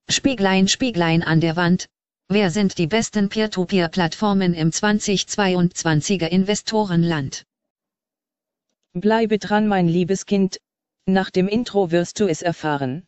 Spieglein, Spieglein an der Wand. Wer sind die besten Peer-to-Peer-Plattformen im 2022er Investorenland? Bleibe dran, mein liebes Kind. Nach dem Intro wirst du es erfahren.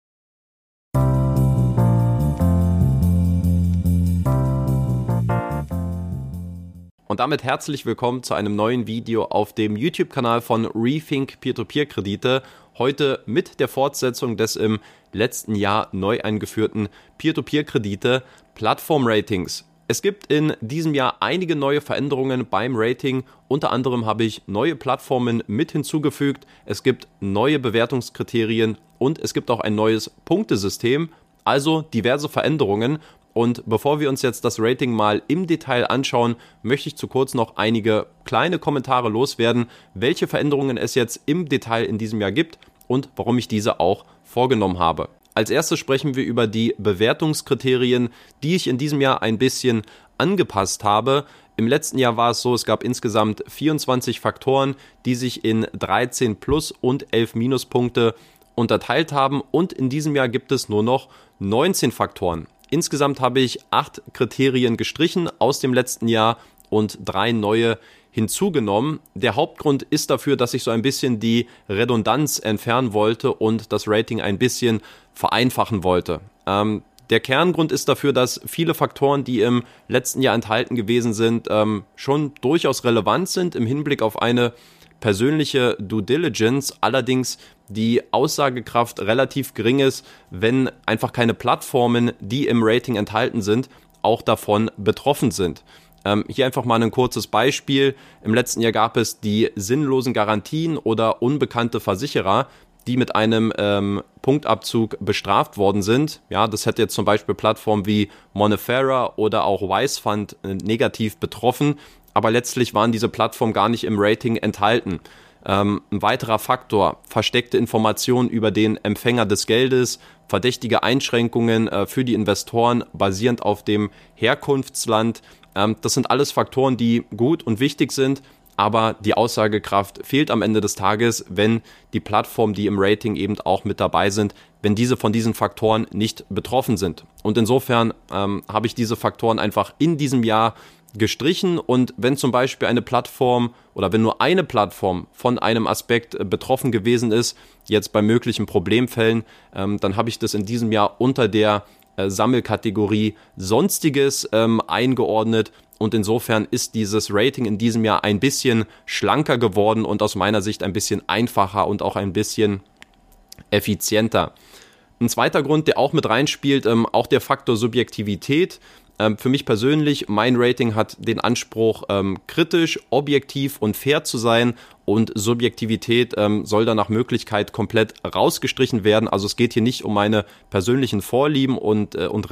Und damit herzlich willkommen zu einem neuen Video auf dem YouTube-Kanal von Rethink Peer-to-Peer-Kredite. Heute mit der Fortsetzung des im letzten Jahr neu eingeführten Peer-to-Peer-Kredite Plattform-Ratings. Es gibt in diesem Jahr einige neue Veränderungen beim Rating. Unter anderem habe ich neue Plattformen mit hinzugefügt. Es gibt neue Bewertungskriterien und es gibt auch ein neues Punktesystem. Also diverse Veränderungen. Und bevor wir uns jetzt das Rating mal im Detail anschauen, möchte ich zu kurz noch einige kleine Kommentare loswerden, welche Veränderungen es jetzt im Detail in diesem Jahr gibt und warum ich diese auch vorgenommen habe. Als erstes sprechen wir über die Bewertungskriterien, die ich in diesem Jahr ein bisschen angepasst habe. Im letzten Jahr war es so, es gab insgesamt 24 Faktoren, die sich in 13 Plus- und 11 Minuspunkte unterteilt haben. Und in diesem Jahr gibt es nur noch 19 Faktoren. Insgesamt habe ich 8 Kriterien gestrichen aus dem letzten Jahr und 3 neue hinzugenommen. Der Hauptgrund ist dafür, dass ich so ein bisschen die Redundanz entfernen wollte und das Rating ein bisschen vereinfachen wollte. Der Kerngrund ist dafür, dass viele Faktoren, die im letzten Jahr enthalten gewesen sind, schon durchaus relevant sind im Hinblick auf eine persönliche Due Diligence, allerdings die Aussagekraft relativ gering ist, wenn einfach keine Plattformen, die im Rating enthalten sind, auch davon betroffen sind. Hier einfach mal ein kurzes Beispiel. Im letzten Jahr gab es die sinnlosen Garantien oder unbekannte Versicherer, die mit einem Punktabzug bestraft worden sind. Ja, das hätte jetzt zum Beispiel Plattformen wie Monefera oder auch Wisefund negativ betroffen, aber letztlich waren diese Plattformen gar nicht im Rating enthalten. Ein weiterer Faktor, versteckte Informationen über den Empfänger des Geldes, verdächtige Einschränkungen für die Investoren basierend auf dem Herkunftsland. Das sind alles Faktoren, die gut und wichtig sind, aber die Aussagekraft fehlt am Ende des Tages, wenn die Plattformen, die im Rating eben auch mit dabei sind, wenn diese von diesen Faktoren nicht betroffen sind. Und insofern habe ich diese Faktoren einfach in diesem Jahr gestrichen, und wenn zum Beispiel eine Plattform oder wenn nur eine Plattform von einem Aspekt betroffen gewesen ist, jetzt bei möglichen Problemfällen, dann habe ich das in diesem Jahr unter der Sammelkategorie Sonstiges eingeordnet, und insofern ist dieses Rating in diesem Jahr ein bisschen schlanker geworden und aus meiner Sicht ein bisschen einfacher und auch ein bisschen effizienter. Ein zweiter Grund, der auch mit reinspielt, auch der Faktor Subjektivität. Für mich persönlich, mein Rating hat den Anspruch, kritisch, objektiv und fair zu sein, und Subjektivität soll dann nach Möglichkeit komplett rausgestrichen werden. Also es geht hier nicht um meine persönlichen Vorlieben und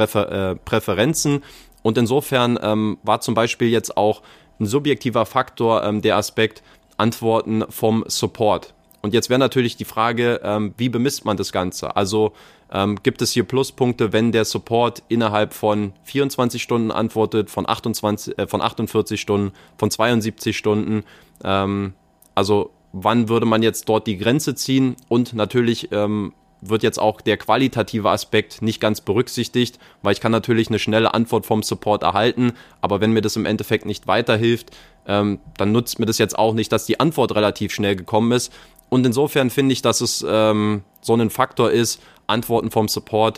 Präferenzen, und insofern war zum Beispiel jetzt auch ein subjektiver Faktor der Aspekt Antworten vom Support. Und jetzt wäre natürlich die Frage, wie bemisst man das Ganze? Also gibt es hier Pluspunkte, wenn der Support innerhalb von 24 Stunden antwortet, von 48 Stunden, von 72 Stunden? Also wann würde man jetzt dort die Grenze ziehen? Und natürlich wird jetzt auch der qualitative Aspekt nicht ganz berücksichtigt, weil ich kann natürlich eine schnelle Antwort vom Support erhalten, aber wenn mir das im Endeffekt nicht weiterhilft, dann nutzt mir das jetzt auch nicht, dass die Antwort relativ schnell gekommen ist. Und insofern finde ich, dass es so ein Faktor ist, Antworten vom Support,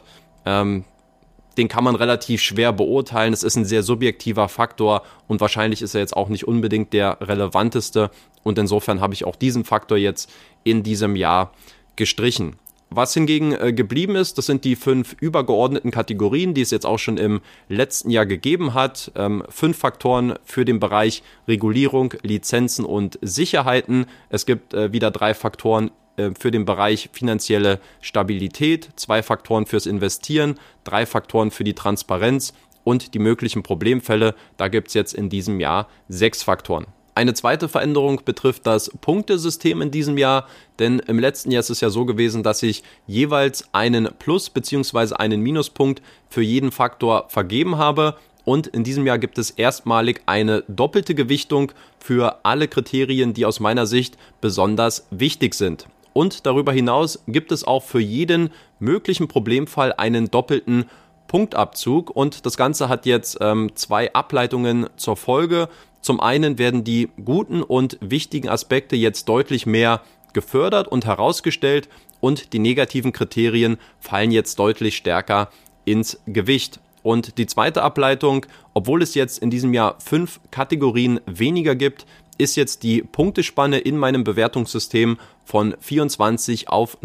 den kann man relativ schwer beurteilen. Es ist ein sehr subjektiver Faktor und wahrscheinlich ist er jetzt auch nicht unbedingt der relevanteste. Und insofern habe ich auch diesen Faktor jetzt in diesem Jahr gestrichen. Was hingegen geblieben ist, das sind die 5 übergeordneten Kategorien, die es jetzt auch schon im letzten Jahr gegeben hat. 5 Faktoren für den Bereich Regulierung, Lizenzen und Sicherheiten. Es gibt wieder 3 Faktoren für den Bereich finanzielle Stabilität, 2 Faktoren fürs Investieren, 3 Faktoren für die Transparenz und die möglichen Problemfälle. Da gibt es jetzt in diesem Jahr 6 Faktoren. Eine zweite Veränderung betrifft das Punktesystem in diesem Jahr, denn im letzten Jahr ist es ja so gewesen, dass ich jeweils einen Plus- bzw. einen Minuspunkt für jeden Faktor vergeben habe, und in diesem Jahr gibt es erstmalig eine doppelte Gewichtung für alle Kriterien, die aus meiner Sicht besonders wichtig sind. Und darüber hinaus gibt es auch für jeden möglichen Problemfall einen doppelten Punktabzug. Und das Ganze hat jetzt 2 Ableitungen zur Folge. Zum einen werden die guten und wichtigen Aspekte jetzt deutlich mehr gefördert und herausgestellt und die negativen Kriterien fallen jetzt deutlich stärker ins Gewicht. Und die zweite Ableitung, obwohl es jetzt in diesem Jahr 5 Kategorien weniger gibt, ist jetzt die Punktespanne in meinem Bewertungssystem von 24 auf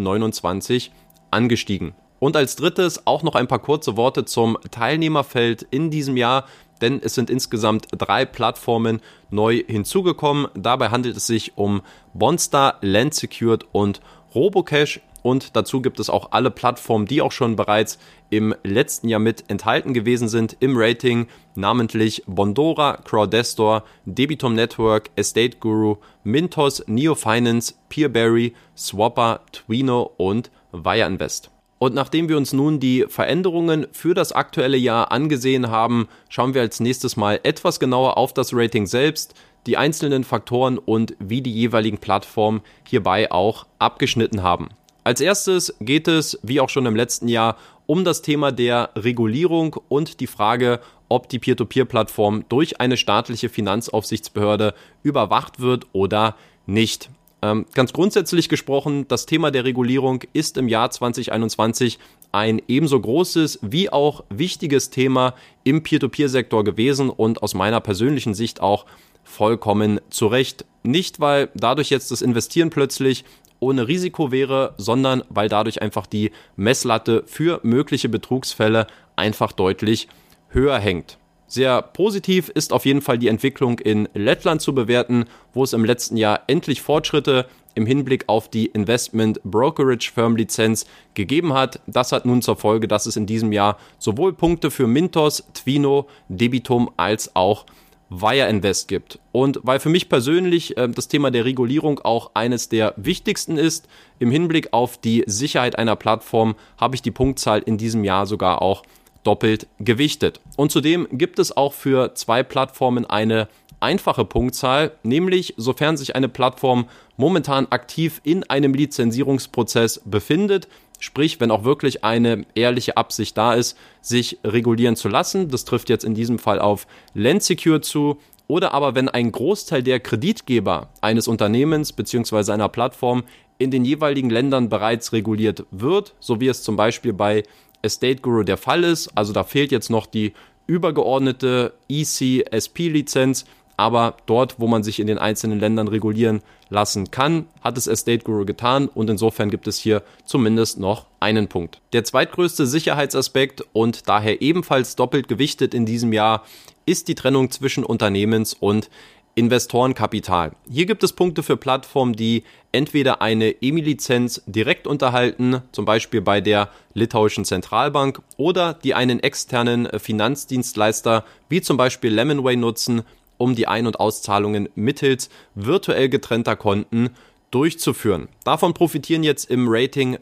29 angestiegen. Und als drittes auch noch ein paar kurze Worte zum Teilnehmerfeld in diesem Jahr, denn es sind insgesamt 3 Plattformen neu hinzugekommen. Dabei handelt es sich um Bonstar, Landsecured und Robocash. Und dazu gibt es auch alle Plattformen, die auch schon bereits im letzten Jahr mit enthalten gewesen sind im Rating, namentlich Bondora, Crowdestor, Debitum Network, Estate Guru, Mintos, Neo Finance, Peerberry, Swapper, Twino und Wire Invest. Und nachdem wir uns nun die Veränderungen für das aktuelle Jahr angesehen haben, schauen wir als nächstes mal etwas genauer auf das Rating selbst, die einzelnen Faktoren und wie die jeweiligen Plattformen hierbei auch abgeschnitten haben. Als erstes geht es, wie auch schon im letzten Jahr, um das Thema der Regulierung und die Frage, ob die Peer-to-Peer-Plattform durch eine staatliche Finanzaufsichtsbehörde überwacht wird oder nicht. Ganz grundsätzlich gesprochen, das Thema der Regulierung ist im Jahr 2021 ein ebenso großes wie auch wichtiges Thema im Peer-to-Peer-Sektor gewesen und aus meiner persönlichen Sicht auch vollkommen zu Recht. Nicht, weil dadurch jetzt das Investieren plötzlich ohne Risiko wäre, sondern weil dadurch einfach die Messlatte für mögliche Betrugsfälle einfach deutlich höher hängt. Sehr positiv ist auf jeden Fall die Entwicklung in Lettland zu bewerten, wo es im letzten Jahr endlich Fortschritte im Hinblick auf die Investment Brokerage Firm Lizenz gegeben hat. Das hat nun zur Folge, dass es in diesem Jahr sowohl Punkte für Mintos, Twino, Debitum als auch Wire Invest gibt. Und weil für mich persönlich das Thema der Regulierung auch eines der wichtigsten ist, im Hinblick auf die Sicherheit einer Plattform habe ich die Punktzahl in diesem Jahr sogar auch doppelt gewichtet. Und zudem gibt es auch für 2 Plattformen eine einfache Punktzahl, nämlich sofern sich eine Plattform momentan aktiv in einem Lizenzierungsprozess befindet, sprich, wenn auch wirklich eine ehrliche Absicht da ist, sich regulieren zu lassen. Das trifft jetzt in diesem Fall auf Landsecured zu. Oder aber wenn ein Großteil der Kreditgeber eines Unternehmens bzw. einer Plattform in den jeweiligen Ländern bereits reguliert wird, so wie es zum Beispiel bei Estate Guru der Fall ist. Also da fehlt jetzt noch die übergeordnete ECSP-Lizenz. Aber dort, wo man sich in den einzelnen Ländern regulieren lassen kann, hat es Estate Guru getan und insofern gibt es hier zumindest noch einen Punkt. Der zweitgrößte Sicherheitsaspekt und daher ebenfalls doppelt gewichtet in diesem Jahr ist die Trennung zwischen Unternehmens- und Investorenkapital. Hier gibt es Punkte für Plattformen, die entweder eine EMI-Lizenz direkt unterhalten, zum Beispiel bei der litauischen Zentralbank, oder die einen externen Finanzdienstleister wie zum Beispiel Lemonway nutzen, um die Ein- und Auszahlungen mittels virtuell getrennter Konten durchzuführen. Davon profitieren jetzt im Rating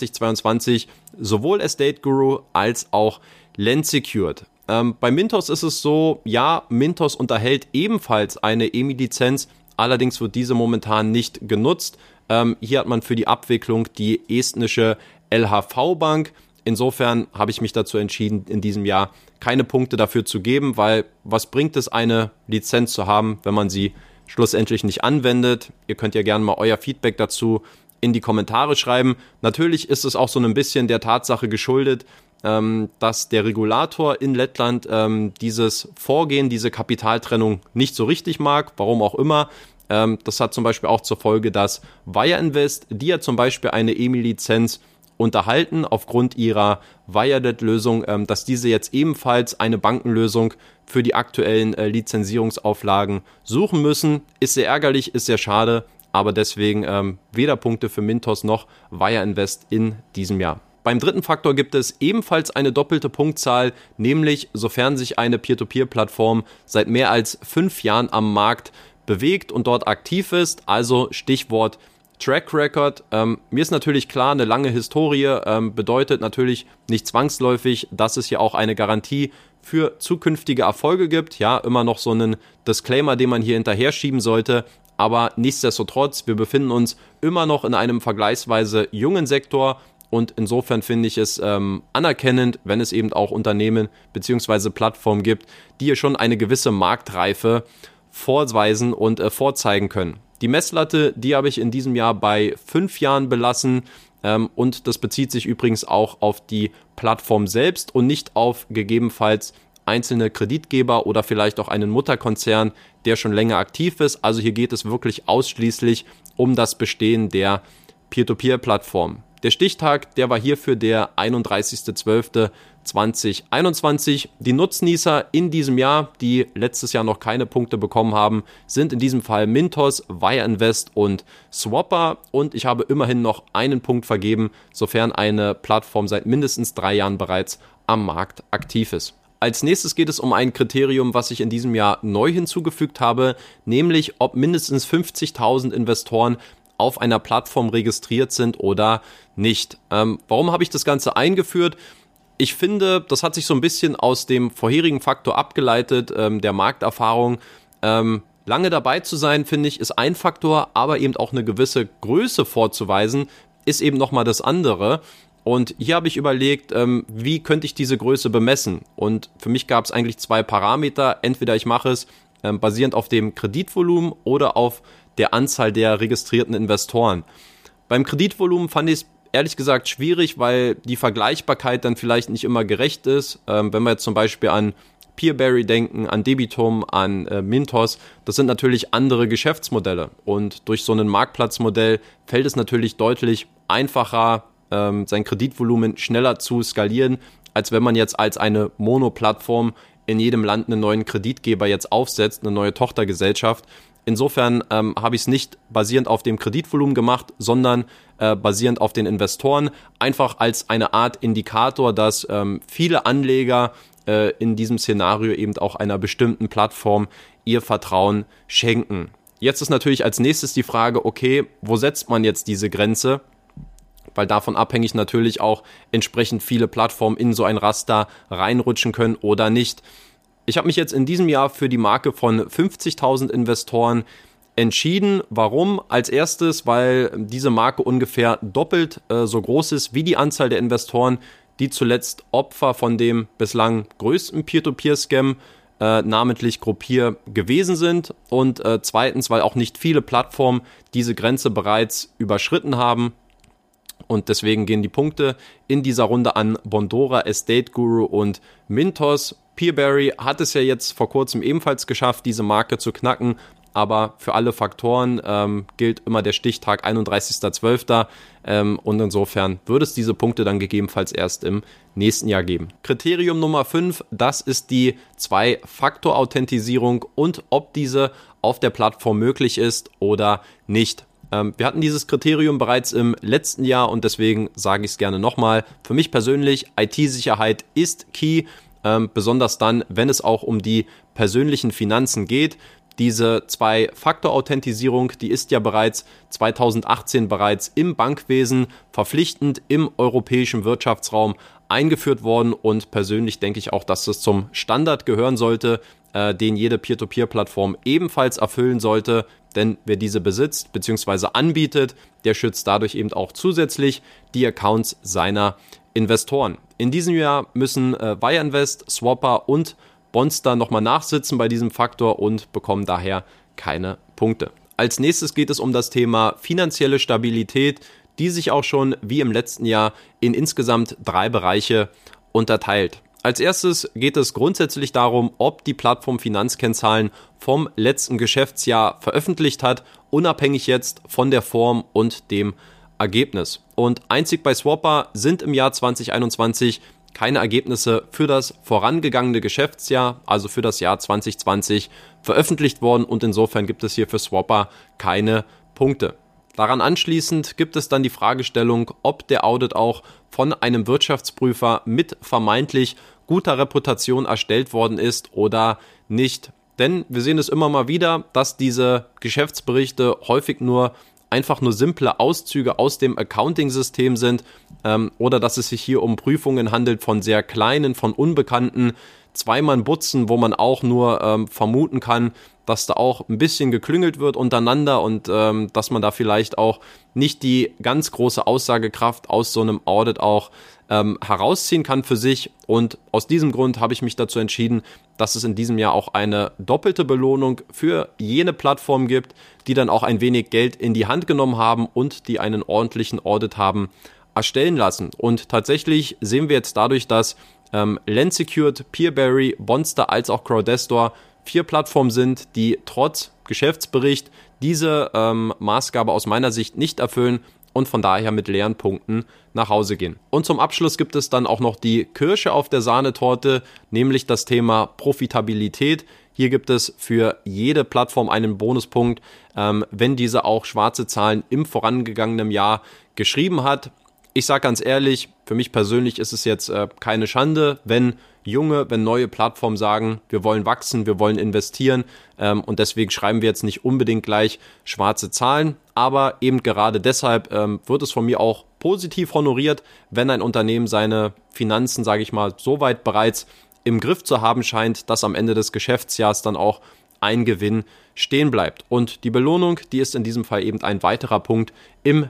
2022 sowohl Estate Guru als auch Landsecured. Bei Mintos ist es so, ja, Mintos unterhält ebenfalls eine EMI-Lizenz, allerdings wird diese momentan nicht genutzt. Hier hat man für die Abwicklung die estnische LHV-Bank. Insofern habe ich mich dazu entschieden, in diesem Jahr keine Punkte dafür zu geben, weil was bringt es, eine Lizenz zu haben, wenn man sie schlussendlich nicht anwendet? Ihr könnt ja gerne mal euer Feedback dazu in die Kommentare schreiben. Natürlich ist es auch so ein bisschen der Tatsache geschuldet, dass der Regulator in Lettland dieses Vorgehen, diese Kapitaltrennung nicht so richtig mag, warum auch immer. Das hat zum Beispiel auch zur Folge, dass Wire Invest, die ja zum Beispiel eine EMI-Lizenz unterhalten aufgrund ihrer Wirelet-Lösung, dass diese jetzt ebenfalls eine Bankenlösung für die aktuellen Lizenzierungsauflagen suchen müssen. Ist sehr ärgerlich, ist sehr schade, aber deswegen weder Punkte für Mintos noch Wire Invest in diesem Jahr. Beim dritten Faktor gibt es ebenfalls eine doppelte Punktzahl, nämlich sofern sich eine Peer-to-Peer-Plattform seit mehr als 5 Jahren am Markt bewegt und dort aktiv ist, also Stichwort Track Record. Mir ist natürlich klar, eine lange Historie bedeutet natürlich nicht zwangsläufig, dass es hier auch eine Garantie für zukünftige Erfolge gibt. Ja, immer noch so einen Disclaimer, den man hier hinterher schieben sollte. aber nichtsdestotrotz, wir befinden uns immer noch in einem vergleichsweise jungen Sektor und insofern finde ich es anerkennend, wenn es eben auch Unternehmen bzw. Plattformen gibt, die hier schon eine gewisse Marktreife vorweisen und vorzeigen können. Die Messlatte, die habe ich in diesem Jahr bei 5 Jahren belassen und das bezieht sich übrigens auch auf die Plattform selbst und nicht auf gegebenenfalls einzelne Kreditgeber oder vielleicht auch einen Mutterkonzern, der schon länger aktiv ist. Also hier geht es wirklich ausschließlich um das Bestehen der Peer-to-Peer-Plattform. Der Stichtag, der war hierfür der 31.12.2021. Die Nutznießer in diesem Jahr, die letztes Jahr noch keine Punkte bekommen haben, sind in diesem Fall Mintos, Wire Invest und Swapper. Und ich habe immerhin noch einen Punkt vergeben, sofern eine Plattform seit mindestens 3 Jahren bereits am Markt aktiv ist. Als nächstes geht es um ein Kriterium, was ich in diesem Jahr neu hinzugefügt habe, nämlich ob mindestens 50.000 Investoren auf einer Plattform registriert sind oder nicht. Warum habe ich das Ganze eingeführt? Ich finde, das hat sich so ein bisschen aus dem vorherigen Faktor abgeleitet, der Markterfahrung. Lange dabei zu sein, finde ich, ist ein Faktor, aber eben auch eine gewisse Größe vorzuweisen, ist eben nochmal das andere. Und hier habe ich überlegt, wie könnte ich diese Größe bemessen? Und für mich gab es eigentlich 2 Parameter. Entweder ich mache es basierend auf dem Kreditvolumen oder auf der Anzahl der registrierten Investoren. Beim Kreditvolumen fand ich es ehrlich gesagt schwierig, weil die Vergleichbarkeit dann vielleicht nicht immer gerecht ist. Wenn wir jetzt zum Beispiel an Peerberry denken, an Debitum, an Mintos, das sind natürlich andere Geschäftsmodelle. Und durch so ein Marktplatzmodell fällt es natürlich deutlich einfacher, sein Kreditvolumen schneller zu skalieren, als wenn man jetzt als eine Mono-Plattform in jedem Land einen neuen Kreditgeber jetzt aufsetzt, eine neue Tochtergesellschaft. Insofern habe ich es nicht basierend auf dem Kreditvolumen gemacht, sondern basierend auf den Investoren, einfach als eine Art Indikator, dass viele Anleger in diesem Szenario eben auch einer bestimmten Plattform ihr Vertrauen schenken. Jetzt ist natürlich als nächstes die Frage, okay, wo setzt man jetzt diese Grenze? Weil davon abhängig natürlich auch entsprechend viele Plattformen in so ein Raster reinrutschen können oder nicht. Ich habe mich jetzt in diesem Jahr für die Marke von 50.000 Investoren entschieden. Warum? Als erstes, weil diese Marke ungefähr doppelt so groß ist wie die Anzahl der Investoren, die zuletzt Opfer von dem bislang größten Peer-to-Peer-Scam, namentlich Gruppier, gewesen sind. Und zweitens, weil auch nicht viele Plattformen diese Grenze bereits überschritten haben. Und deswegen gehen die Punkte in dieser Runde an Bondora, Estate Guru und Mintos. Peerberry hat es ja jetzt vor kurzem ebenfalls geschafft, diese Marke zu knacken, aber für alle Faktoren gilt immer der Stichtag 31.12. Und insofern würde es diese Punkte dann gegebenenfalls erst im nächsten Jahr geben. Kriterium Nummer 5, das ist die 2-Faktor-Authentisierung und ob diese auf der Plattform möglich ist oder nicht. Wir hatten dieses Kriterium bereits im letzten Jahr und deswegen sage ich es gerne nochmal. Für mich persönlich, IT-Sicherheit ist key. Besonders dann, wenn es auch um die persönlichen Finanzen geht. Diese 2-Faktor-Authentisierung, die ist ja bereits 2018 bereits im Bankwesen verpflichtend im europäischen Wirtschaftsraum eingeführt worden und persönlich denke ich auch, dass es zum Standard gehören sollte, den jede Peer-to-Peer-Plattform ebenfalls erfüllen sollte, denn wer diese besitzt bzw. anbietet, der schützt dadurch eben auch zusätzlich die Accounts seiner Investoren. In diesem Jahr müssen Wire Invest, Swapper und Bonster nochmal nachsitzen bei diesem Faktor und bekommen daher keine Punkte. Als nächstes geht es um das Thema finanzielle Stabilität, die sich auch schon wie im letzten Jahr in insgesamt 3 Bereiche unterteilt. Als erstes geht es grundsätzlich darum, ob die Plattform Finanzkennzahlen vom letzten Geschäftsjahr veröffentlicht hat, unabhängig jetzt von der Form und dem Ergebnis. Und einzig bei Swapper sind im Jahr 2021 keine Ergebnisse für das vorangegangene Geschäftsjahr, also für das Jahr 2020, veröffentlicht worden und insofern gibt es hier für Swapper keine Punkte. Daran anschließend gibt es dann die Fragestellung, ob der Audit auch von einem Wirtschaftsprüfer mit vermeintlich guter Reputation erstellt worden ist oder nicht. Denn wir sehen es immer mal wieder, dass diese Geschäftsberichte häufig einfach nur simple Auszüge aus dem Accounting-System sind oder dass es sich hier um Prüfungen handelt von sehr kleinen, von unbekannten Zwei-Mann-Butzen, wo man auch nur vermuten kann, dass da auch ein bisschen geklüngelt wird untereinander und dass man da vielleicht auch nicht die ganz große Aussagekraft aus so einem Audit auch herausziehen kann für sich. Und aus diesem Grund habe ich mich dazu entschieden, dass es in diesem Jahr auch eine doppelte Belohnung für jene Plattform gibt, die dann auch ein wenig Geld in die Hand genommen haben und die einen ordentlichen Audit haben erstellen lassen. Und tatsächlich sehen wir jetzt dadurch, dass Lensecured, Peerberry, Bonster als auch Crowdestor 4 Plattformen sind, die trotz Geschäftsbericht diese Maßgabe aus meiner Sicht nicht erfüllen und von daher mit leeren Punkten nach Hause gehen. Und zum Abschluss gibt es dann auch noch die Kirsche auf der Sahnetorte, nämlich das Thema Profitabilität. Hier gibt es für jede Plattform einen Bonuspunkt, wenn diese auch schwarze Zahlen im vorangegangenen Jahr geschrieben hat. Ich sage ganz ehrlich, für mich persönlich ist es jetzt keine Schande, wenn neue Plattformen sagen, wir wollen wachsen, wir wollen investieren und deswegen schreiben wir jetzt nicht unbedingt gleich schwarze Zahlen, aber eben gerade deshalb wird es von mir auch positiv honoriert, wenn ein Unternehmen seine Finanzen, sage ich mal, so weit bereits im Griff zu haben scheint, dass am Ende des Geschäftsjahres dann auch ein Gewinn stehen bleibt. Und die Belohnung, die ist in diesem Fall eben ein weiterer Punkt im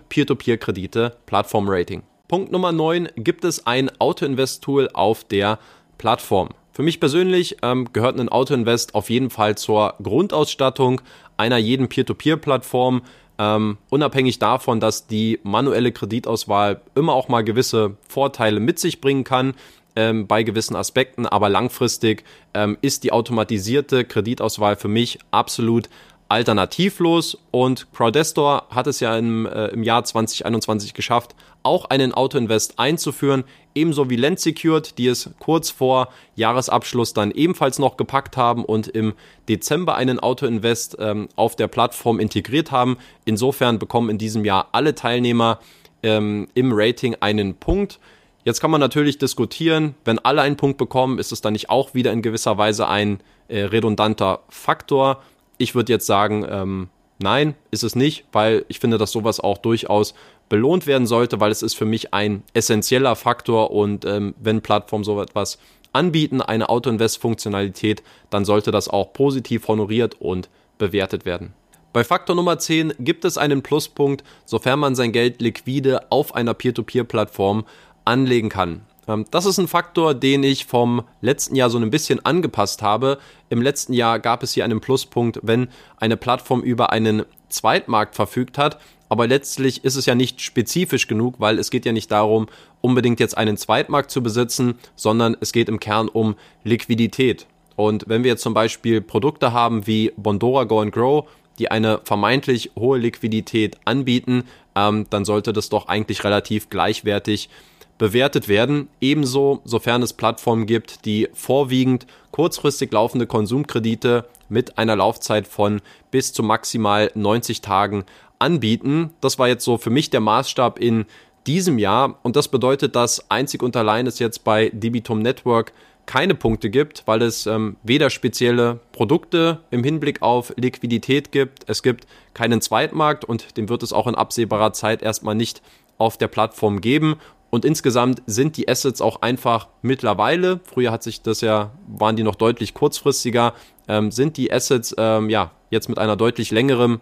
Peer-to-Peer-Kredite-Plattform-Rating. Punkt Nummer 9, gibt es ein Auto-Invest-Tool auf der Plattform. Für mich persönlich gehört ein Auto-Invest auf jeden Fall zur Grundausstattung einer jeden Peer-to-Peer-Plattform, unabhängig davon, dass die manuelle Kreditauswahl immer auch mal gewisse Vorteile mit sich bringen kann, bei gewissen Aspekten, aber langfristig ist die automatisierte Kreditauswahl für mich absolut alternativlos und Crowdestor hat es ja im Jahr 2021 geschafft, auch einen Auto-Invest einzuführen, ebenso wie Lensecured, die es kurz vor Jahresabschluss dann ebenfalls noch gepackt haben und im Dezember einen Auto-Invest auf der Plattform integriert haben. Insofern bekommen in diesem Jahr alle Teilnehmer im Rating einen Punkt. Jetzt kann man natürlich diskutieren, wenn alle einen Punkt bekommen, ist es dann nicht auch wieder in gewisser Weise ein redundanter Faktor? Ich würde jetzt sagen, nein, ist es nicht, weil ich finde, dass sowas auch durchaus belohnt werden sollte, weil es ist für mich ein essentieller Faktor und wenn Plattformen so etwas anbieten, eine Auto-Invest-Funktionalität, dann sollte das auch positiv honoriert und bewertet werden. Bei Faktor Nummer 10 gibt es einen Pluspunkt, sofern man sein Geld liquide auf einer Peer-to-Peer-Plattform anlegen kann. Das ist ein Faktor, den ich vom letzten Jahr so ein bisschen angepasst habe. Im letzten Jahr gab es hier einen Pluspunkt, wenn eine Plattform über einen Zweitmarkt verfügt hat. Aber letztlich ist es ja nicht spezifisch genug, weil es geht ja nicht darum, unbedingt jetzt einen Zweitmarkt zu besitzen, sondern es geht im Kern um Liquidität. Und wenn wir jetzt zum Beispiel Produkte haben wie Bondora Go and Grow, die eine vermeintlich hohe Liquidität anbieten, dann sollte das doch eigentlich relativ gleichwertig bewertet werden. Ebenso, sofern es Plattformen gibt, die vorwiegend kurzfristig laufende Konsumkredite mit einer Laufzeit von bis zu maximal 90 Tagen anbieten. Das war jetzt so für mich der Maßstab in diesem Jahr und das bedeutet, dass einzig und allein es jetzt bei Debitum Network keine Punkte gibt, weil es weder spezielle Produkte im Hinblick auf Liquidität gibt, es gibt keinen Zweitmarkt und den wird es auch in absehbarer Zeit erstmal nicht auf der Plattform geben. Und insgesamt sind die Assets auch einfach mittlerweile, früher waren die noch deutlich kurzfristiger, sind die Assets jetzt mit einer deutlich längeren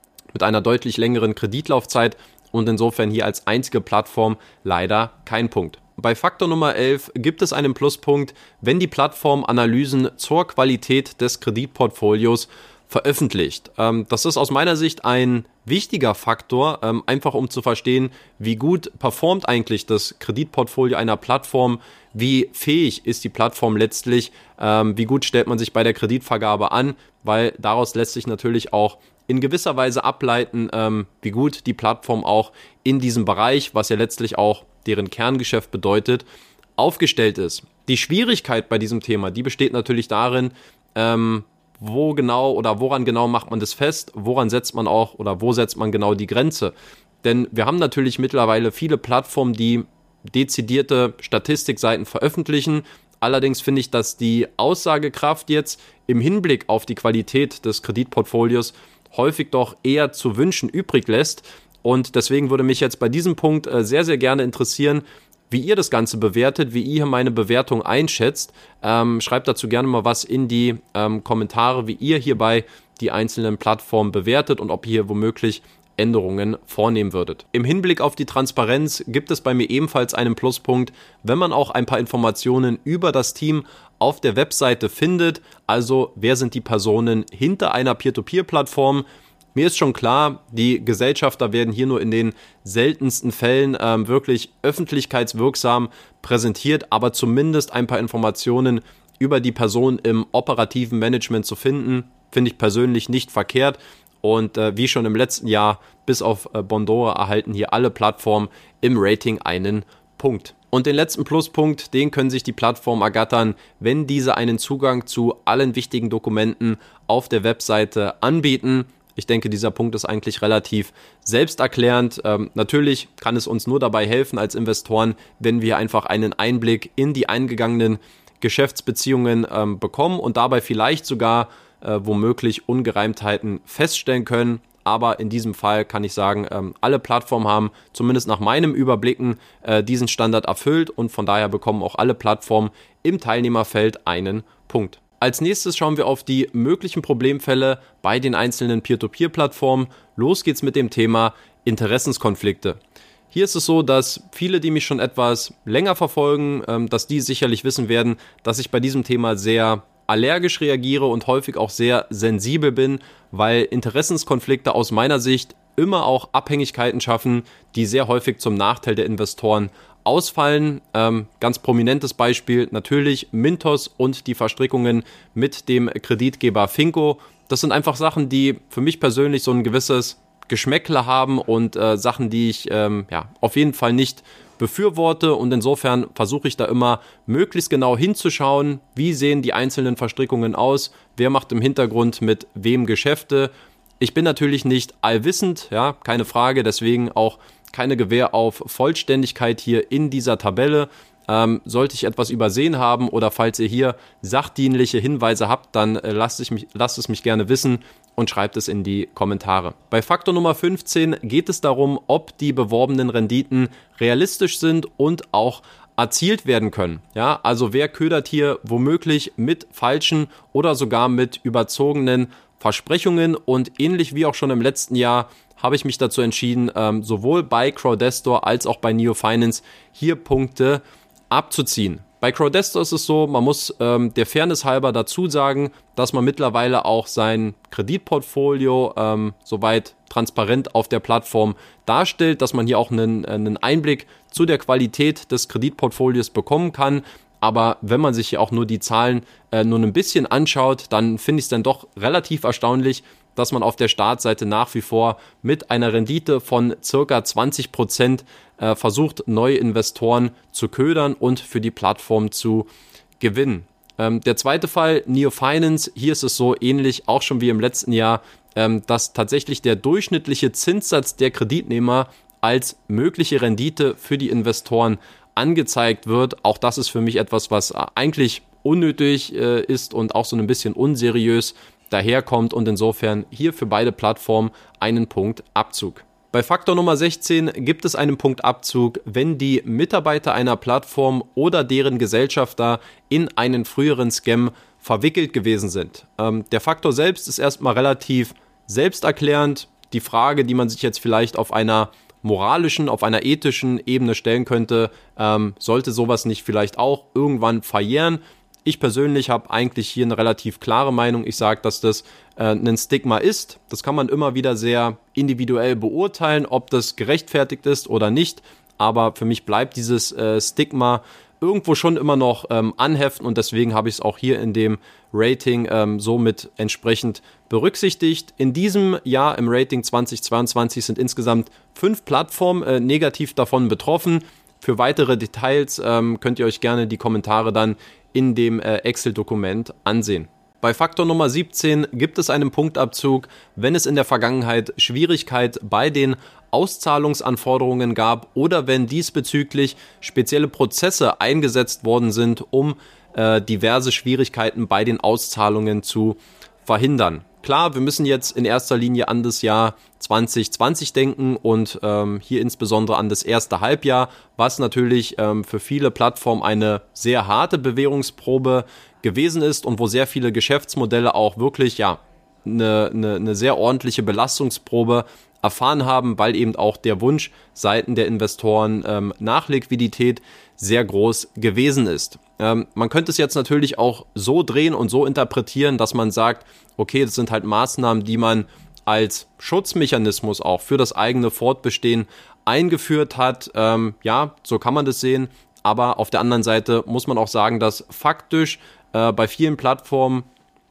Kreditlaufzeit und insofern hier als einzige Plattform leider kein Punkt. Bei Faktor Nummer 11 gibt es einen Pluspunkt, wenn die Plattform Analysen zur Qualität des Kreditportfolios veröffentlicht. Das ist aus meiner Sicht ein wichtiger Faktor, einfach um zu verstehen, wie gut performt eigentlich das Kreditportfolio einer Plattform, wie fähig ist die Plattform letztlich, wie gut stellt man sich bei der Kreditvergabe an, weil daraus lässt sich natürlich auch in gewisser Weise ableiten, wie gut die Plattform auch in diesem Bereich, was ja letztlich auch deren Kerngeschäft bedeutet, aufgestellt ist. Die Schwierigkeit bei diesem Thema, die besteht natürlich darin, wo genau oder woran genau macht man das fest, wo setzt man genau die Grenze. Denn wir haben natürlich mittlerweile viele Plattformen, die dezidierte Statistikseiten veröffentlichen. Allerdings finde ich, dass die Aussagekraft jetzt im Hinblick auf die Qualität des Kreditportfolios häufig doch eher zu wünschen übrig lässt. Und deswegen würde mich jetzt bei diesem Punkt sehr, sehr gerne interessieren, wie ihr das Ganze bewertet, wie ihr meine Bewertung einschätzt. Schreibt dazu gerne mal was in die Kommentare, wie ihr hierbei die einzelnen Plattformen bewertet und ob ihr hier womöglich Änderungen vornehmen würdet. Im Hinblick auf die Transparenz gibt es bei mir ebenfalls einen Pluspunkt, wenn man auch ein paar Informationen über das Team auf der Webseite findet. Also wer sind die Personen hinter einer Peer-to-Peer-Plattform? Mir ist schon klar, die Gesellschafter werden hier nur in den seltensten Fällen wirklich öffentlichkeitswirksam präsentiert, aber zumindest ein paar Informationen über die Person im operativen Management zu finden, finde ich persönlich nicht verkehrt. Und wie schon im letzten Jahr, bis auf Bondora, erhalten hier alle Plattformen im Rating einen Punkt. Und den letzten Pluspunkt, den können sich die Plattformen ergattern, wenn diese einen Zugang zu allen wichtigen Dokumenten auf der Webseite anbieten. Ich denke, dieser Punkt ist eigentlich relativ selbsterklärend. Natürlich kann es uns nur dabei helfen als Investoren, wenn wir einfach einen Einblick in die eingegangenen Geschäftsbeziehungen bekommen und dabei vielleicht sogar womöglich Ungereimtheiten feststellen können. Aber in diesem Fall kann ich sagen, alle Plattformen haben zumindest nach meinem Überblicken diesen Standard erfüllt und von daher bekommen auch alle Plattformen im Teilnehmerfeld einen Punkt. Als nächstes schauen wir auf die möglichen Problemfälle bei den einzelnen Peer-to-Peer-Plattformen. Los geht's mit dem Thema Interessenskonflikte. Hier ist es so, dass viele, die mich schon etwas länger verfolgen, dass die sicherlich wissen werden, dass ich bei diesem Thema sehr allergisch reagiere und häufig auch sehr sensibel bin, weil Interessenskonflikte aus meiner Sicht immer auch Abhängigkeiten schaffen, die sehr häufig zum Nachteil der Investoren ausfallen. Ganz prominentes Beispiel natürlich Mintos und die Verstrickungen mit dem Kreditgeber Finco. Das sind einfach Sachen, die für mich persönlich so ein gewisses Geschmäckle haben und Sachen, die ich auf jeden Fall nicht befürworte, und insofern versuche ich da immer möglichst genau hinzuschauen, wie sehen die einzelnen Verstrickungen aus, wer macht im Hintergrund mit wem Geschäfte. Ich bin natürlich nicht allwissend, ja, keine Frage, deswegen auch keine Gewähr auf Vollständigkeit hier in dieser Tabelle. Sollte ich etwas übersehen haben oder falls ihr hier sachdienliche Hinweise habt, dann lasst es mich gerne wissen und schreibt es in die Kommentare. Bei Faktor Nummer 15 geht es darum, ob die beworbenen Renditen realistisch sind und auch erzielt werden können. Ja, also wer ködert hier womöglich mit falschen oder sogar mit überzogenen Versprechungen, und ähnlich wie auch schon im letzten Jahr habe ich mich dazu entschieden, sowohl bei Crowdestor als auch bei Neo Finance hier Punkte abzuziehen. Bei Crowdestor ist es so, man muss der Fairness halber dazu sagen, dass man mittlerweile auch sein Kreditportfolio soweit transparent auf der Plattform darstellt, dass man hier auch einen Einblick zu der Qualität des Kreditportfolios bekommen kann. Aber wenn man sich hier auch nur die Zahlen nur ein bisschen anschaut, dann finde ich es dann doch relativ erstaunlich, dass man auf der Startseite nach wie vor mit einer Rendite von ca. 20% versucht, neue Investoren zu ködern und für die Plattform zu gewinnen. Der zweite Fall, Neo Finance, hier ist es so ähnlich, auch schon wie im letzten Jahr, dass tatsächlich der durchschnittliche Zinssatz der Kreditnehmer als mögliche Rendite für die Investoren angezeigt wird. Auch das ist für mich etwas, was eigentlich unnötig ist und auch so ein bisschen unseriös daherkommt, und insofern hier für beide Plattformen einen Punktabzug. Bei Faktor Nummer 16 gibt es einen Punktabzug, wenn die Mitarbeiter einer Plattform oder deren Gesellschafter in einen früheren Scam verwickelt gewesen sind. Der Faktor selbst ist erstmal relativ selbsterklärend. Die Frage, die man sich jetzt vielleicht auf einer moralischen, auf einer ethischen Ebene stellen könnte, sollte sowas nicht vielleicht auch irgendwann verjähren? Ich persönlich habe eigentlich hier eine relativ klare Meinung. Ich sage, dass das ein Stigma ist. Das kann man immer wieder sehr individuell beurteilen, ob das gerechtfertigt ist oder nicht. Aber für mich bleibt dieses Stigma irgendwo schon immer noch anheften, und deswegen habe ich es auch hier in dem Rating somit entsprechend berücksichtigt. In diesem Jahr im Rating 2022 sind insgesamt 5 Plattformen negativ davon betroffen. Für weitere Details könnt ihr euch gerne die Kommentare dann in dem Excel-Dokument ansehen. Bei Faktor Nummer 17 gibt es einen Punktabzug, wenn es in der Vergangenheit Schwierigkeit bei den Auszahlungsanforderungen gab oder wenn diesbezüglich spezielle Prozesse eingesetzt worden sind, um diverse Schwierigkeiten bei den Auszahlungen zu verhindern. Klar, wir müssen jetzt in erster Linie an das Jahr 2020 denken und hier insbesondere an das erste Halbjahr, was natürlich für viele Plattformen eine sehr harte Bewährungsprobe gewesen ist und wo sehr viele Geschäftsmodelle auch wirklich eine sehr ordentliche Belastungsprobe erfahren haben, weil eben auch der Wunsch seitens der Investoren nach Liquidität sehr groß gewesen ist. Man könnte es jetzt natürlich auch so drehen und so interpretieren, dass man sagt, okay, das sind halt Maßnahmen, die man als Schutzmechanismus auch für das eigene Fortbestehen eingeführt hat. So kann man das sehen. Aber auf der anderen Seite muss man auch sagen, dass faktisch bei vielen Plattformen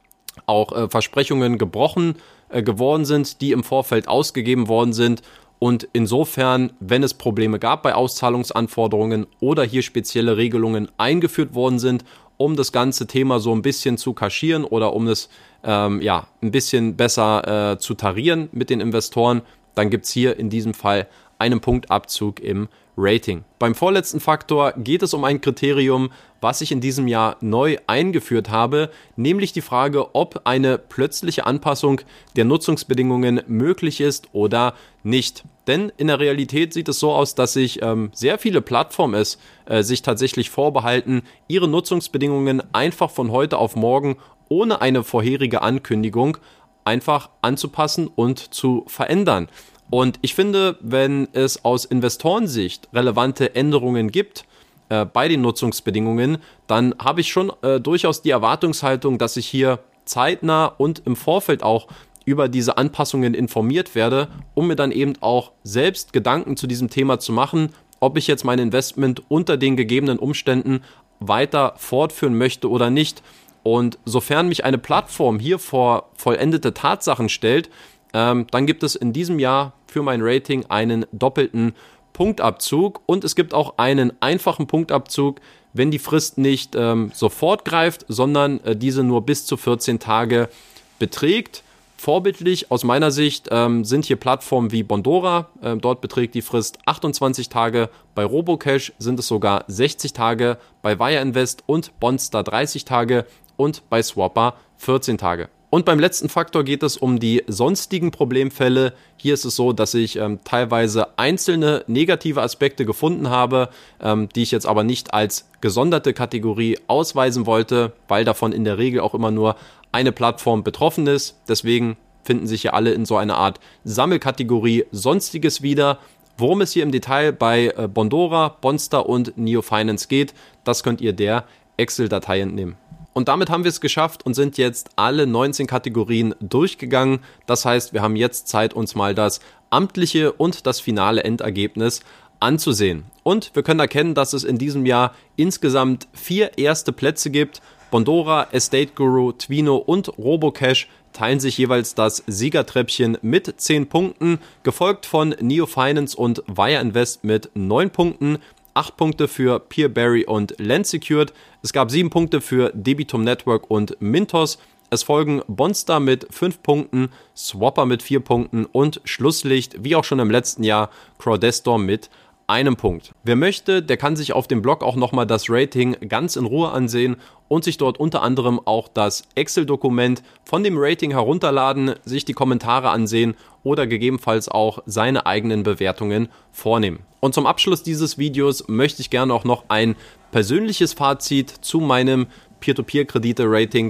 auch Versprechungen gebrochen geworden sind, die im Vorfeld ausgegeben worden sind. Und insofern, wenn es Probleme gab bei Auszahlungsanforderungen oder hier spezielle Regelungen eingeführt worden sind, um das ganze Thema so ein bisschen zu kaschieren oder um es ein bisschen besser zu tarieren mit den Investoren, dann gibt es hier in diesem Fall einen Punktabzug im Rating. Beim vorletzten Faktor geht es um ein Kriterium, was ich in diesem Jahr neu eingeführt habe, nämlich die Frage, ob eine plötzliche Anpassung der Nutzungsbedingungen möglich ist oder nicht. Denn in der Realität sieht es so aus, dass sich sehr viele Plattformen sich tatsächlich vorbehalten, ihre Nutzungsbedingungen einfach von heute auf morgen ohne eine vorherige Ankündigung einfach anzupassen und zu verändern. Und ich finde, wenn es aus Investorensicht relevante Änderungen gibt bei den Nutzungsbedingungen, dann habe ich schon durchaus die Erwartungshaltung, dass ich hier zeitnah und im Vorfeld auch über diese Anpassungen informiert werde, um mir dann eben auch selbst Gedanken zu diesem Thema zu machen, ob ich jetzt mein Investment unter den gegebenen Umständen weiter fortführen möchte oder nicht. Und sofern mich eine Plattform hier vor vollendete Tatsachen stellt, dann gibt es in diesem Jahr für mein Rating einen doppelten Punktabzug und es gibt auch einen einfachen Punktabzug, wenn die Frist nicht sofort greift, sondern diese nur bis zu 14 Tage beträgt. Vorbildlich aus meiner Sicht sind hier Plattformen wie Bondora, dort beträgt die Frist 28 Tage, bei Robocash sind es sogar 60 Tage, bei Wire Invest und Bondstar 30 Tage und bei Swapper 14 Tage. Und beim letzten Faktor geht es um die sonstigen Problemfälle. Hier ist es so, dass ich teilweise einzelne negative Aspekte gefunden habe, die ich jetzt aber nicht als gesonderte Kategorie ausweisen wollte, weil davon in der Regel auch immer nur eine Plattform betroffen ist. Deswegen finden sich hier alle in so einer Art Sammelkategorie Sonstiges wieder. Worum es hier im Detail bei Bondora, Bondstar und Neo Finance geht, das könnt ihr der Excel-Datei entnehmen. Und damit haben wir es geschafft und sind jetzt alle 19 Kategorien durchgegangen. Das heißt, wir haben jetzt Zeit, uns mal das amtliche und das finale Endergebnis anzusehen. Und wir können erkennen, dass es in diesem Jahr insgesamt 4 erste Plätze gibt. Bondora, Estate Guru, Twino und Robocash teilen sich jeweils das Siegertreppchen mit 10 Punkten, gefolgt von Neo Finance und Wire Invest mit 9 Punkten. 8 Punkte für Peerberry und Landsecured. Es gab 7 Punkte für Debitum Network und Mintos. Es folgen Bondstar mit 5 Punkten, Swapper mit 4 Punkten und Schlusslicht, wie auch schon im letzten Jahr, Crowdestor mit 1 Punkt. Wer möchte, der kann sich auf dem Blog auch nochmal das Rating ganz in Ruhe ansehen und sich dort unter anderem auch das Excel-Dokument von dem Rating herunterladen, sich die Kommentare ansehen oder gegebenenfalls auch seine eigenen Bewertungen vornehmen. Und zum Abschluss dieses Videos möchte ich gerne auch noch ein persönliches Fazit zu meinem Peer-to-Peer-Kredite-Rating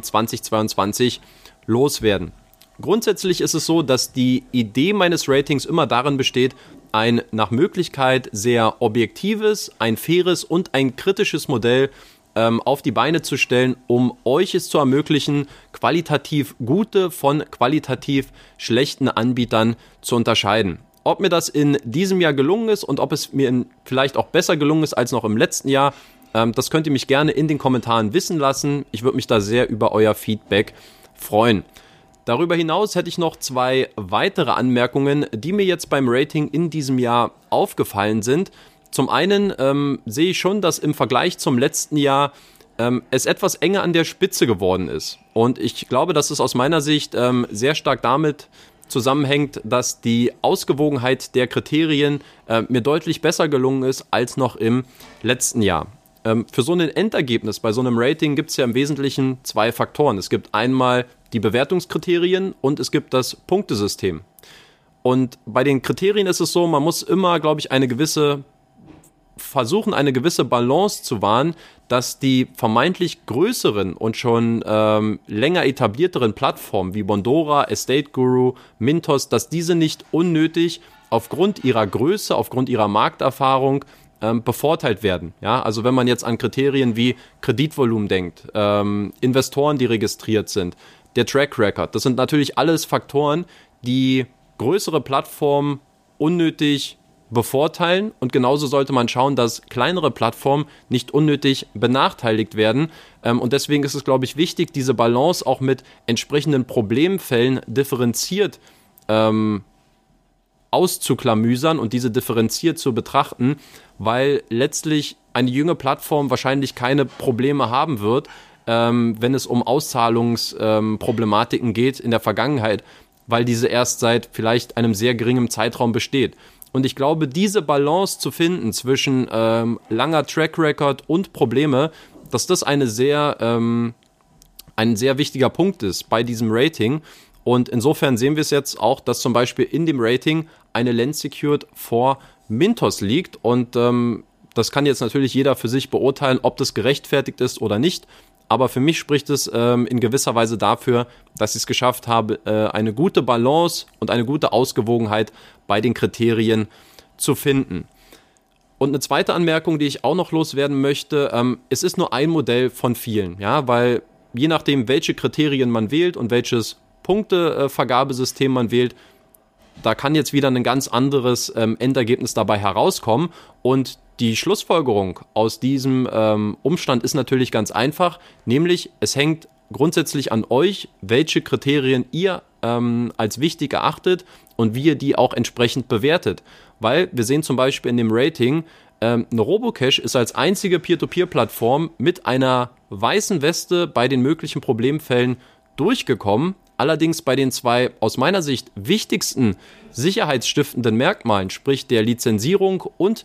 2022 loswerden. Grundsätzlich ist es so, dass die Idee meines Ratings immer darin besteht, ein nach Möglichkeit sehr objektives, ein faires und ein kritisches Modell auf die Beine zu stellen, um euch es zu ermöglichen, qualitativ gute von qualitativ schlechten Anbietern zu unterscheiden. Ob mir das in diesem Jahr gelungen ist und ob es mir vielleicht auch besser gelungen ist als noch im letzten Jahr, das könnt ihr mich gerne in den Kommentaren wissen lassen. Ich würde mich da sehr über euer Feedback freuen. Darüber hinaus hätte ich noch 2 weitere Anmerkungen, die mir jetzt beim Rating in diesem Jahr aufgefallen sind. Zum einen sehe ich schon, dass im Vergleich zum letzten Jahr es etwas enger an der Spitze geworden ist. Und ich glaube, dass es aus meiner Sicht sehr stark damit zusammenhängt, dass die Ausgewogenheit der Kriterien mir deutlich besser gelungen ist als noch im letzten Jahr. Für so ein Endergebnis bei so einem Rating gibt es ja im Wesentlichen 2 Faktoren. Es gibt einmal die Bewertungskriterien und es gibt das Punktesystem. Und bei den Kriterien ist es so, man muss immer, glaube ich, eine gewisse Balance zu wahren, dass die vermeintlich größeren und schon länger etablierteren Plattformen wie Bondora, Estate Guru, Mintos, dass diese nicht unnötig aufgrund ihrer Größe, aufgrund ihrer Markterfahrung bevorteilt werden. Ja? Also wenn man jetzt an Kriterien wie Kreditvolumen denkt, Investoren, die registriert sind, der Track Record, das sind natürlich alles Faktoren, die größere Plattformen unnötig bevorteilen und genauso sollte man schauen, dass kleinere Plattformen nicht unnötig benachteiligt werden und deswegen ist es, glaube ich, wichtig, diese Balance auch mit entsprechenden Problemfällen differenziert auszuklamüsern und diese differenziert zu betrachten, weil letztlich eine junge Plattform wahrscheinlich keine Probleme haben wird, wenn es um Auszahlungsproblematiken geht in der Vergangenheit, weil diese erst seit vielleicht einem sehr geringen Zeitraum besteht. Und ich glaube, diese Balance zu finden zwischen langer Track Record und Probleme, dass das ein sehr wichtiger Punkt ist bei diesem Rating. Und insofern sehen wir es jetzt auch, dass zum Beispiel in dem Rating eine Lend Secured vor Mintos liegt. Und das kann jetzt natürlich jeder für sich beurteilen, ob das gerechtfertigt ist oder nicht. Aber für mich spricht es in gewisser Weise dafür, dass ich es geschafft habe, eine gute Balance und eine gute Ausgewogenheit bei den Kriterien zu finden. Und eine zweite Anmerkung, die ich auch noch loswerden möchte, es ist nur ein Modell von vielen, ja, weil je nachdem, welche Kriterien man wählt und welches Punktevergabesystem man wählt, da kann jetzt wieder ein ganz anderes Endergebnis dabei herauskommen und die Schlussfolgerung aus diesem Umstand ist natürlich ganz einfach, nämlich es hängt grundsätzlich an euch, welche Kriterien ihr als wichtig erachtet und wie ihr die auch entsprechend bewertet. Weil wir sehen zum Beispiel in dem Rating, eine Robocash ist als einzige Peer-to-Peer-Plattform mit einer weißen Weste bei den möglichen Problemfällen durchgekommen. Allerdings bei den zwei aus meiner Sicht wichtigsten sicherheitsstiftenden Merkmalen, sprich der Lizenzierung und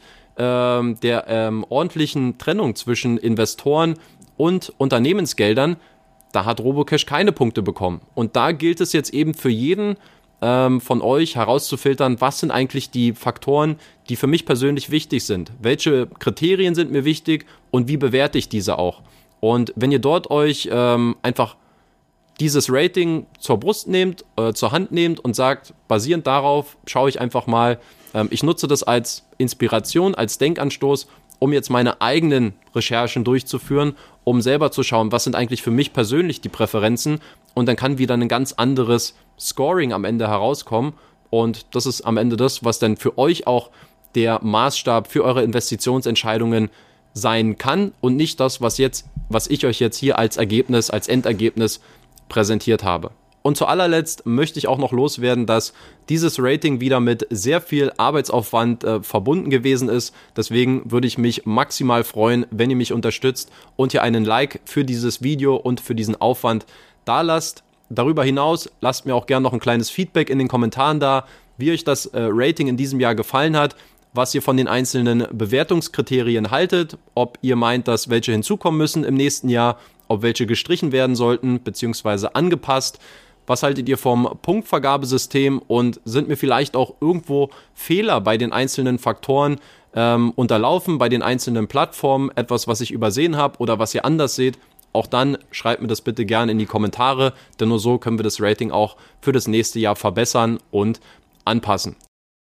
der ordentlichen Trennung zwischen Investoren und Unternehmensgeldern, da hat Robocash keine Punkte bekommen. Und da gilt es jetzt eben für jeden von euch herauszufiltern, was sind eigentlich die Faktoren, die für mich persönlich wichtig sind. Welche Kriterien sind mir wichtig und wie bewerte ich diese auch? Und wenn ihr dort euch einfach dieses Rating zur Brust nehmt, zur Hand nehmt und sagt, basierend darauf schaue ich einfach mal, ich nutze das als Inspiration, als Denkanstoß, um jetzt meine eigenen Recherchen durchzuführen, um selber zu schauen, was sind eigentlich für mich persönlich die Präferenzen und dann kann wieder ein ganz anderes Scoring am Ende herauskommen und das ist am Ende das, was dann für euch auch der Maßstab für eure Investitionsentscheidungen sein kann und nicht das, was ich euch jetzt hier als Ergebnis, als Endergebnis präsentiert habe. Und zu allerletzt möchte ich auch noch loswerden, dass dieses Rating wieder mit sehr viel Arbeitsaufwand verbunden gewesen ist. Deswegen würde ich mich maximal freuen, wenn ihr mich unterstützt und hier einen Like für dieses Video und für diesen Aufwand da lasst. Darüber hinaus lasst mir auch gerne noch ein kleines Feedback in den Kommentaren da, wie euch das Rating in diesem Jahr gefallen hat, was ihr von den einzelnen Bewertungskriterien haltet, ob ihr meint, dass welche hinzukommen müssen im nächsten Jahr, ob welche gestrichen werden sollten bzw. angepasst. Was haltet ihr vom Punktvergabesystem und sind mir vielleicht auch irgendwo Fehler bei den einzelnen Faktoren unterlaufen, bei den einzelnen Plattformen, etwas, was ich übersehen habe oder was ihr anders seht? Auch dann schreibt mir das bitte gerne in die Kommentare, denn nur so können wir das Rating auch für das nächste Jahr verbessern und anpassen.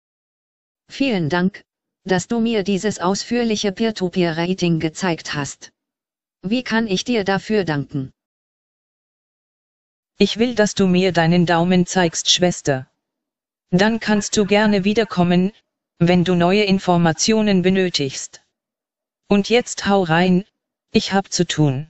Vielen Dank, dass du mir dieses ausführliche Peer-to-Peer-Rating gezeigt hast. Wie kann ich dir dafür danken? Ich will, dass du mir deinen Daumen zeigst, Schwester. Dann kannst du gerne wiederkommen, wenn du neue Informationen benötigst. Und jetzt hau rein, ich hab zu tun.